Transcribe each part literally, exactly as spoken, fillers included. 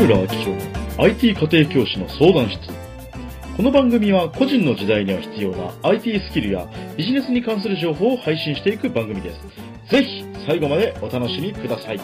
村明宏の アイティー 家庭教師の相談室。この番組は個人の時代には必要な アイティー スキルやビジネスに関する情報を配信していく番組です。ぜひ最後までお楽しみください。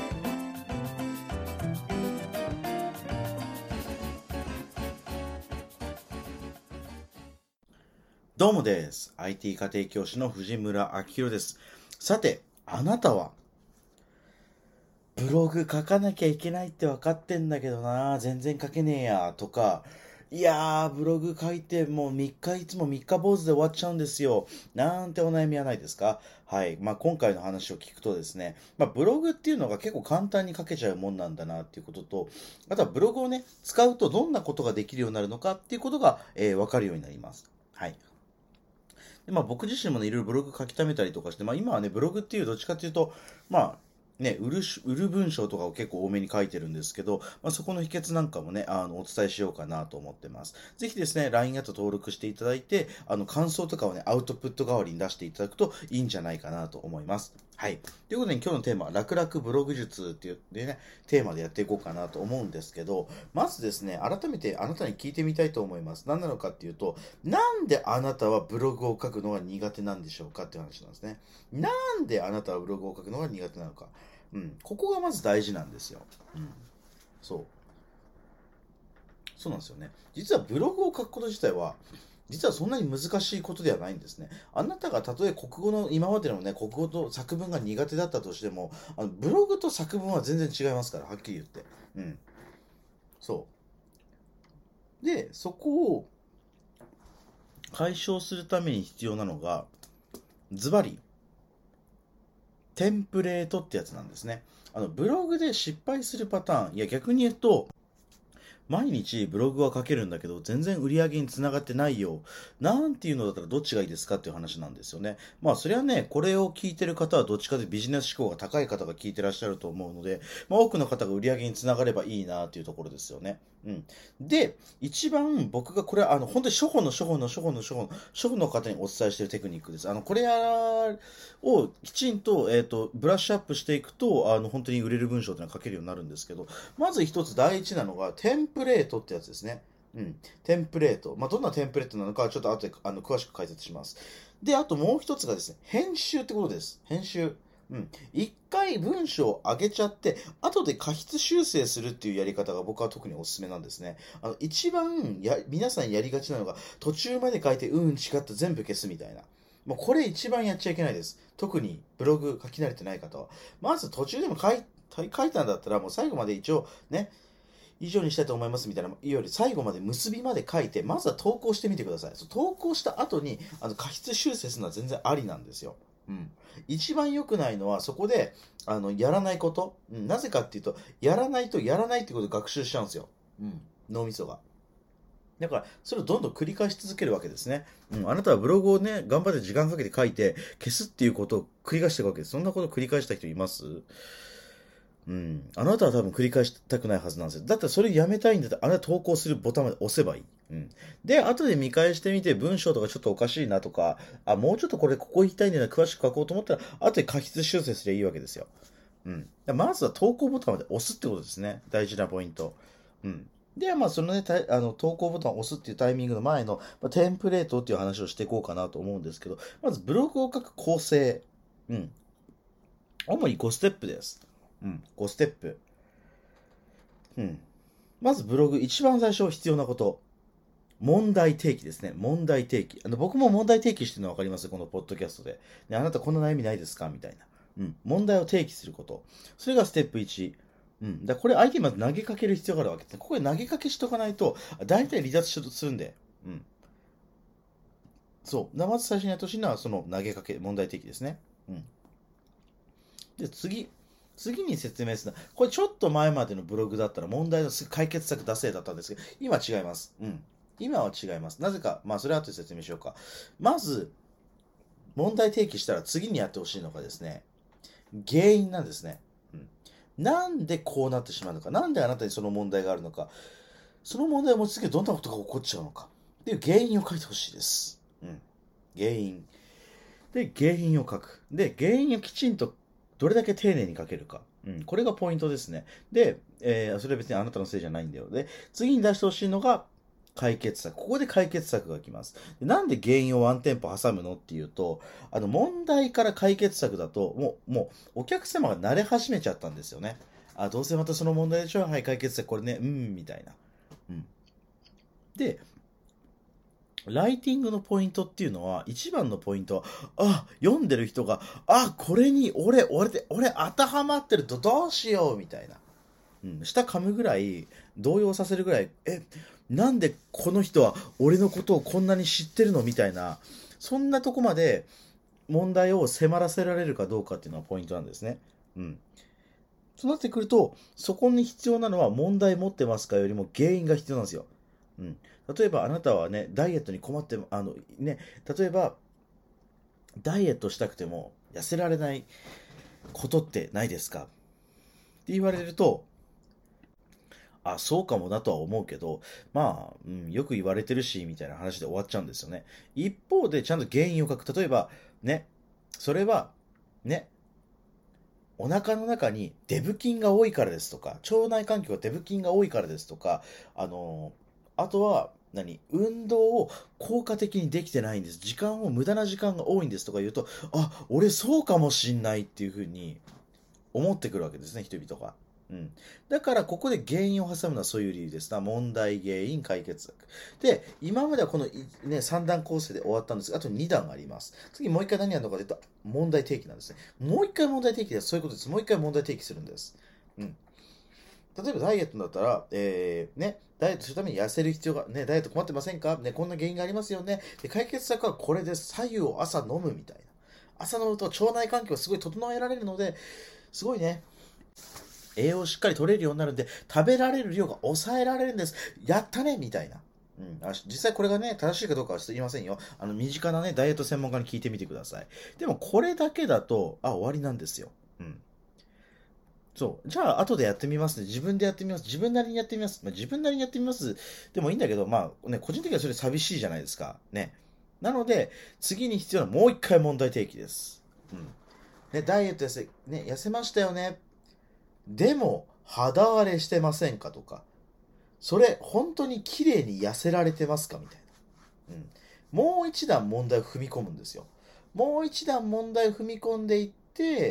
どうもです。アイティー 家庭教師の藤村明宏です。さて、あなたはブログ書かなきゃいけないって分かってんだけどな、全然書けねえやとか、いやーブログ書いてもうみっかいつもみっか坊主で終わっちゃうんですよなんてお悩みはないですか？はい、まあ、今回の話を聞くとですね、まあ、ブログっていうのが結構簡単に書けちゃうもんなんだなっていうことと、あとはブログをね使うとどんなことができるようになるのかっていうことが、えー、分かるようになります。はい。でまあ、僕自身もねいろいろブログ書き溜めたりとかして、まあ、今はねブログっていうどっちかっていうとまあね、売るし売る文章とかを結構多めに書いてるんですけど、まあ、そこの秘訣なんかもねあのお伝えしようかなと思ってます。ぜひですね ライン アット登録していただいて、あの感想とかをねアウトプット代わりに出していただくといいんじゃないかなと思います。はい。ということで、ね、今日のテーマは楽々ブログ術っていうねテーマでやっていこうかなと思うんですけど、まずですね改めてあなたに聞いてみたいと思います。何なのかっていうと、なんであなたはブログを書くのが苦手なんでしょうかっていう話なんですね。なんであなたはブログを書くのが苦手なのか。うん、ここがまず大事なんですよ。うん、そうそうなんですよね。実はブログを書くこと自体は実はそんなに難しいことではないんですね。あなたがたとえ国語の今までのね国語と作文が苦手だったとしても、あのブログと作文は全然違いますから、はっきり言って。うん、そうでそこを解消するために必要なのがズバリテンプレートってやつなんですね。あのブログで失敗するパターン、いや逆に言うと毎日ブログは書けるんだけど全然売り上げにつながってないよなんていうのだったらどっちがいいですかっていう話なんですよね。まあそれはねこれを聞いてる方はどっちかでビジネス志向が高い方が聞いてらっしゃると思うので、まあ、多くの方が売り上げにつながればいいなっていうところですよね。うん、で一番僕がこれはあの本当に初歩の初歩の初歩の初歩の初歩の方にお伝えしているテクニックです。あのこれをきちんと,、えー、とブラッシュアップしていくとあの本当に売れる文章というのは書けるようになるんですけど、まず一つ第一なのがテンプレートってやつですね。うん、テンプレート、まあ、どんなテンプレートなのかはちょっと後であの詳しく解説します。であともう一つがですね編集ってことです。編集。うん、一回文章を上げちゃって後で過失修正するっていうやり方が僕は特におすすめなんですね。あの一番や皆さんやりがちなのが途中まで書いてうん違った全部消すみたいな、もうこれ一番やっちゃいけないです。特にブログ書き慣れてない方はまず途中でも書い書いたんだったらもう最後まで一応ね以上にしたいと思いますみたいな、いわゆる最後まで結びまで書いてまずは投稿してみてください。そう投稿した後にあの過失修正するのは全然ありなんですよ。うん、一番良くないのはそこであのやらないこと、うん、なぜかっていうとやらないとやらないってことを学習しちゃうんですよ、うん、脳みそが。だからそれをどんどん繰り返し続けるわけですね、うん、あなたはブログをね頑張って時間かけて書いて消すっていうことを繰り返していくわけです。そんなことを繰り返した人います？うん、あなたは多分繰り返したくないはずなんですよ。だったらそれやめたいんだったらあなた投稿するボタンまで押せばいい。うん、で後で見返してみて文章とかちょっとおかしいなとか、あもうちょっとこれここ言いたいんだよな詳しく書こうと思ったら後で過失修正すればいいわけですよ。うん、まずは投稿ボタンまで押すってことですね、大事なポイント。うん、ではまあそのねあの投稿ボタンを押すっていうタイミングの前の、まあ、テンプレートっていう話をしていこうかなと思うんですけど、まずブログを書く構成、うん、主にごステップです。うん、ごステップ。うん。まずブログ一番最初必要なこと。問題提起ですね。問題提起。あの僕も問題提起してるの分かります？このポッドキャストで。ね、あなたこんな悩みないですかみたいな。うん。問題を提起すること。それがステップいち。うん。だこれ相手にまず投げかける必要があるわけですね。ここで投げかけしとかないと、大体離脱するんで。うん。そう。まず最初にやってほしいのは、その投げかけ、問題提起ですね。うん。で、次。次に説明するのは、これちょっと前までのブログだったら問題の解決策出せだったんですけど、今違います。うん。今は違います。なぜか、まあそれは後で説明しようか。まず、問題提起したら次にやってほしいのがですね、原因なんですね。うん。なんでこうなってしまうのか、なんであなたにその問題があるのか、その問題を持ち続けてどんなことが起こっちゃうのかっていう原因を書いてほしいです。うん。原因。で、原因を書く。で、原因をきちんとどれだけ丁寧に書けるか。 うん、これがポイントですね。で、えーそれは別にあなたのせいじゃないんだよ。で、次に出してほしいのが解決策。ここで解決策が来ます。でなんで原因をワンテンポ挟むのっていうと、あの問題から解決策だと、もう、もうお客様が慣れ始めちゃったんですよね。あ、どうせまたその問題でしょ、はい、解決策これね、うん、みたいな。うん。で、ライティングのポイントっていうのは、一番のポイントは、あ、読んでる人が、あ、これに俺、俺で、俺当てはまってるとどうしようみたいな。うん、舌噛むぐらい、動揺させるぐらい、え、なんでこの人は俺のことをこんなに知ってるのみたいな、そんなとこまで問題を迫らせられるかどうかっていうのがポイントなんですね。うん。そうなってくると、そこに必要なのは問題持ってますかよりも原因が必要なんですよ。うん。例えばあなたはね、ダイエットに困って、あの、ね、例えば、ダイエットしたくても痩せられないことってないですかって言われると、あ、そうかもなとは思うけど、まあ、うん、よく言われてるし、みたいな話で終わっちゃうんですよね。一方で、ちゃんと原因を書く。例えば、ね、それは、ね、お腹の中にデブ菌が多いからですとか、腸内環境がデブ菌が多いからですとか、あのーあとは、何運動を効果的にできてないんです。時間を、無駄な時間が多いんですとか言うと、あ、俺そうかもしんないっていうふうに思ってくるわけですね、人々が。うん。だから、ここで原因を挟むのはそういう理由ですな。問題、原因、解決策。で、今まではこの、ね、さん段構成で終わったんですが、あとに段あります。次、もう一回何やるのかというと、問題提起なんですね。もう一回問題提起です。そういうことです。もう一回問題提起するんです。うん。例えばダイエットだったら、えー、ね、ダイエットするために痩せる必要が、ね、ダイエット困ってませんかね、こんな原因がありますよね。で、解決策はこれです。左右を朝飲むみたいな。朝飲むと腸内環境がすごい整えられるので、すごいね、栄養をしっかり取れるようになるんで、食べられる量が抑えられるんです。やったねみたいな。うん、あ実際これがね、正しいかどうかは言いませんよ。あの、身近なね、ダイエット専門家に聞いてみてください。でも、これだけだと、あ、終わりなんですよ。うん。そう。じゃあ、後でやってみますね。自分でやってみます。自分なりにやってみます。まあ、自分なりにやってみます。でもいいんだけど、まあ、ね、個人的にはそれ寂しいじゃないですか。ね。なので、次に必要なもう一回問題提起です。うん。ね、ダイエット痩せ、ね、痩せましたよね。でも、肌荒れしてませんかとか、それ、本当に綺麗に痩せられてますかみたいな。うん。もう一段問題を踏み込むんですよ。もう一段問題を踏み込んでいって、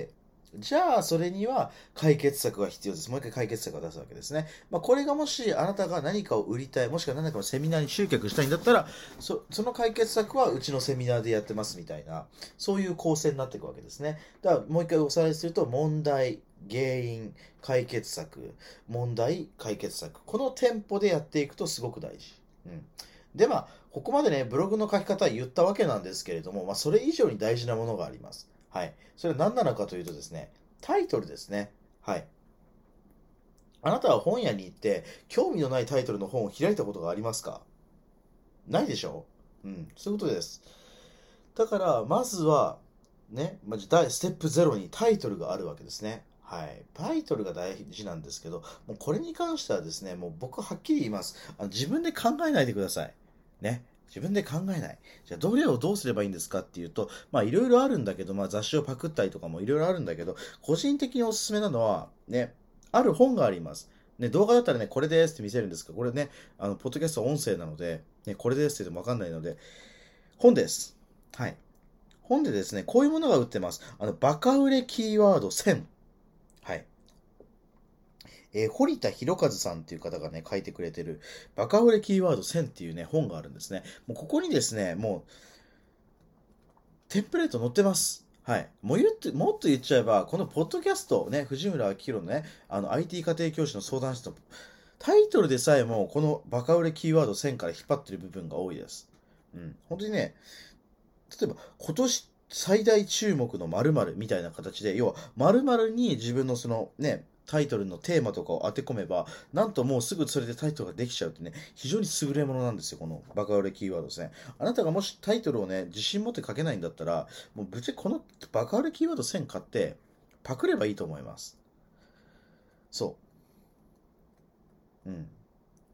じゃあ、それには解決策が必要です。もう一回解決策を出すわけですね。まあ、これがもしあなたが何かを売りたい、もしくは何かのセミナーに集客したいんだったら、そその解決策はうちのセミナーでやってますみたいな、そういう構成になっていくわけですね。だから、もう一回おさらいすると、問題、原因、解決策、問題、解決策。このテンポでやっていくとすごく大事。うん。で、まあ、ここまでね、ブログの書き方は言ったわけなんですけれども、まあ、それ以上に大事なものがあります。はい。それは何なのかというとですね、タイトルですね。はい。あなたは本屋に行って、興味のないタイトルの本を開いたことがありますか？ないでしょう？うん。そういうことです。だから、まずは、ね、まじ第ステップゼロにタイトルがあるわけですね。はい。タイトルが大事なんですけど、もうこれに関してはですね、もう僕はっきり言います。あの自分で考えないでください。ね。自分で考えない。じゃあ、どれをどうすればいいんですかっていうと、まあ、いろいろあるんだけど、まあ、雑誌をパクったりとかもいろいろあるんだけど、個人的におすすめなのは、ね、ある本があります。ね、動画だったらね、これですって見せるんですけど、これね、あの、ポッドキャストは音声なので、ね、これですって言ってもわかんないので、本です。はい。本でですね、こういうものが売ってます。あの、バカ売れキーワードせん。はい。えー堀田博和さんっていう方がね、書いてくれてる、バカ売れキーワードせんっていうね、本があるんですね。もうここにですね、もう、テンプレート載ってます。はい。もう言って、もっと言っちゃえば、このポッドキャスト、ね、藤村明宏のね、あの、アイティー 家庭教師の相談室のタイトルでさえも、このバカ売れキーワードせんから引っ張ってる部分が多いです。うん。本当にね、例えば、今年最大注目の〇〇みたいな形で、要は、〇〇に自分のそのね、タイトルのテーマとかを当て込めば、なんともうすぐそれでタイトルができちゃうってね、非常に優れものなんですよ、このバカ売れキーワードですね。あなたがもしタイトルをね、自信持って書けないんだったら、もうぶっちゃけこのバカ売れキーワードせん買って、パクればいいと思います。そう。うん。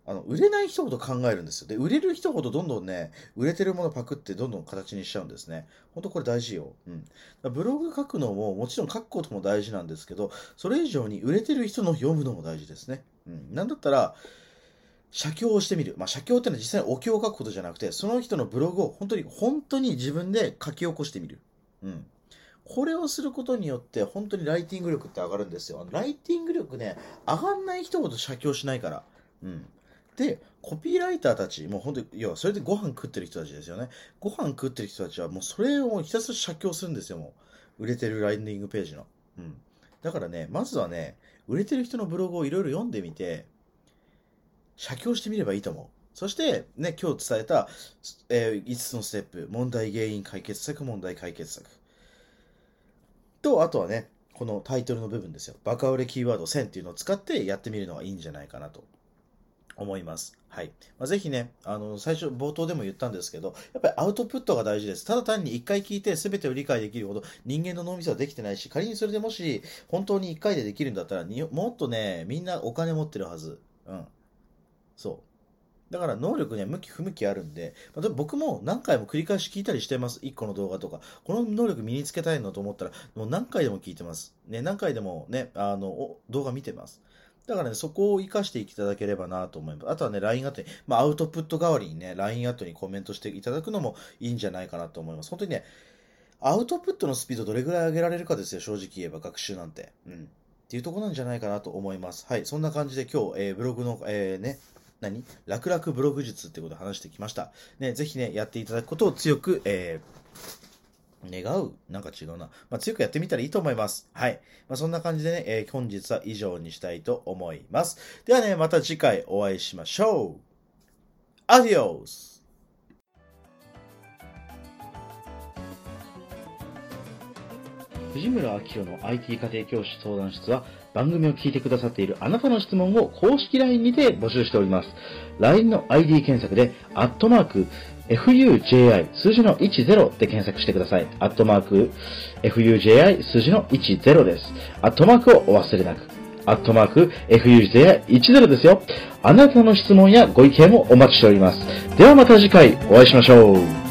あの、売れない人ほど考えるんですよ。で、売れる人ほどどんどんね、売れてるものパクってどんどん形にしちゃうんですね。ほんとこれ大事よ。うん。ブログ書くのも、もちろん書くことも大事なんですけど、それ以上に売れてる人の読むのも大事ですね。うん。なんだったら、写経をしてみる。まあ、写経ってのは実際にお経を書くことじゃなくて、その人のブログを本当に、本当に自分で書き起こしてみる。うん。これをすることによって、本当にライティング力って上がるんですよ。ライティング力ね、上がんない人ほど写経しないから。うん。で、コピーライターたち、もう本当に、要はそれでご飯食ってる人たちですよね。ご飯食ってる人たちは、もうそれをひたすら写経するんですよ、もう。売れてるライティングページの。うん。だからね、まずはね、売れてる人のブログをいろいろ読んでみて、写経してみればいいと思う。そして、ね、今日伝えた、えー、いつつのステップ、問題原因解決策、問題解決策。と、あとはね、このタイトルの部分ですよ。バカ売れキーワードせんっていうのを使ってやってみるのがいいんじゃないかなと思います。はい。まあ、ぜひね、あの、最初、冒頭でも言ったんですけど、やっぱりアウトプットが大事です。ただ単に一回聞いて全てを理解できるほど人間の脳みそはできてないし、仮にそれでもし本当に一回でできるんだったら、もっとね、みんなお金持ってるはず。うん。そう。だから能力には向き不向きあるんで、まあ、僕も何回も繰り返し聞いたりしてます。いっこの動画とか。この能力身につけたいのと思ったら、もう何回でも聞いてます。ね、何回でもね、あの、動画見てます。だからね、そこを活かしていただければなと思います。あとはね、ライン アットに、まあ、アウトプット代わりにね、ライン アットにコメントしていただくのもいいんじゃないかなと思います。本当にね、アウトプットのスピードどれぐらい上げられるかですよ、正直言えば、学習なんて。うん。っていうところなんじゃないかなと思います。はい、そんな感じで今日、えー、ブログの、えー、ね、何楽々ブログ術ってことで話してきました。ね、ぜひね、やっていただくことを強く、えー、願うなんか違うな。まあ、強くやってみたらいいと思います。はい。まあ、そんな感じでね、えー、本日は以上にしたいと思います。ではね、また次回お会いしましょう。アディオス。 藤村明宏の アイティー 家庭教師相談室は、番組を聞いてくださっているあなたの質問を公式 ライン にて募集しております。ライン の アイディー 検索で、アットマーク、エフユージェーアイ 数字のじゅうで検索してください。アットマーク、エフユージェーアイ 数字のじゅうです。アットマークをお忘れなく。アットマーク、エフユージェーアイじゅうですよ。あなたの質問やご意見もお待ちしております。ではまた次回お会いしましょう。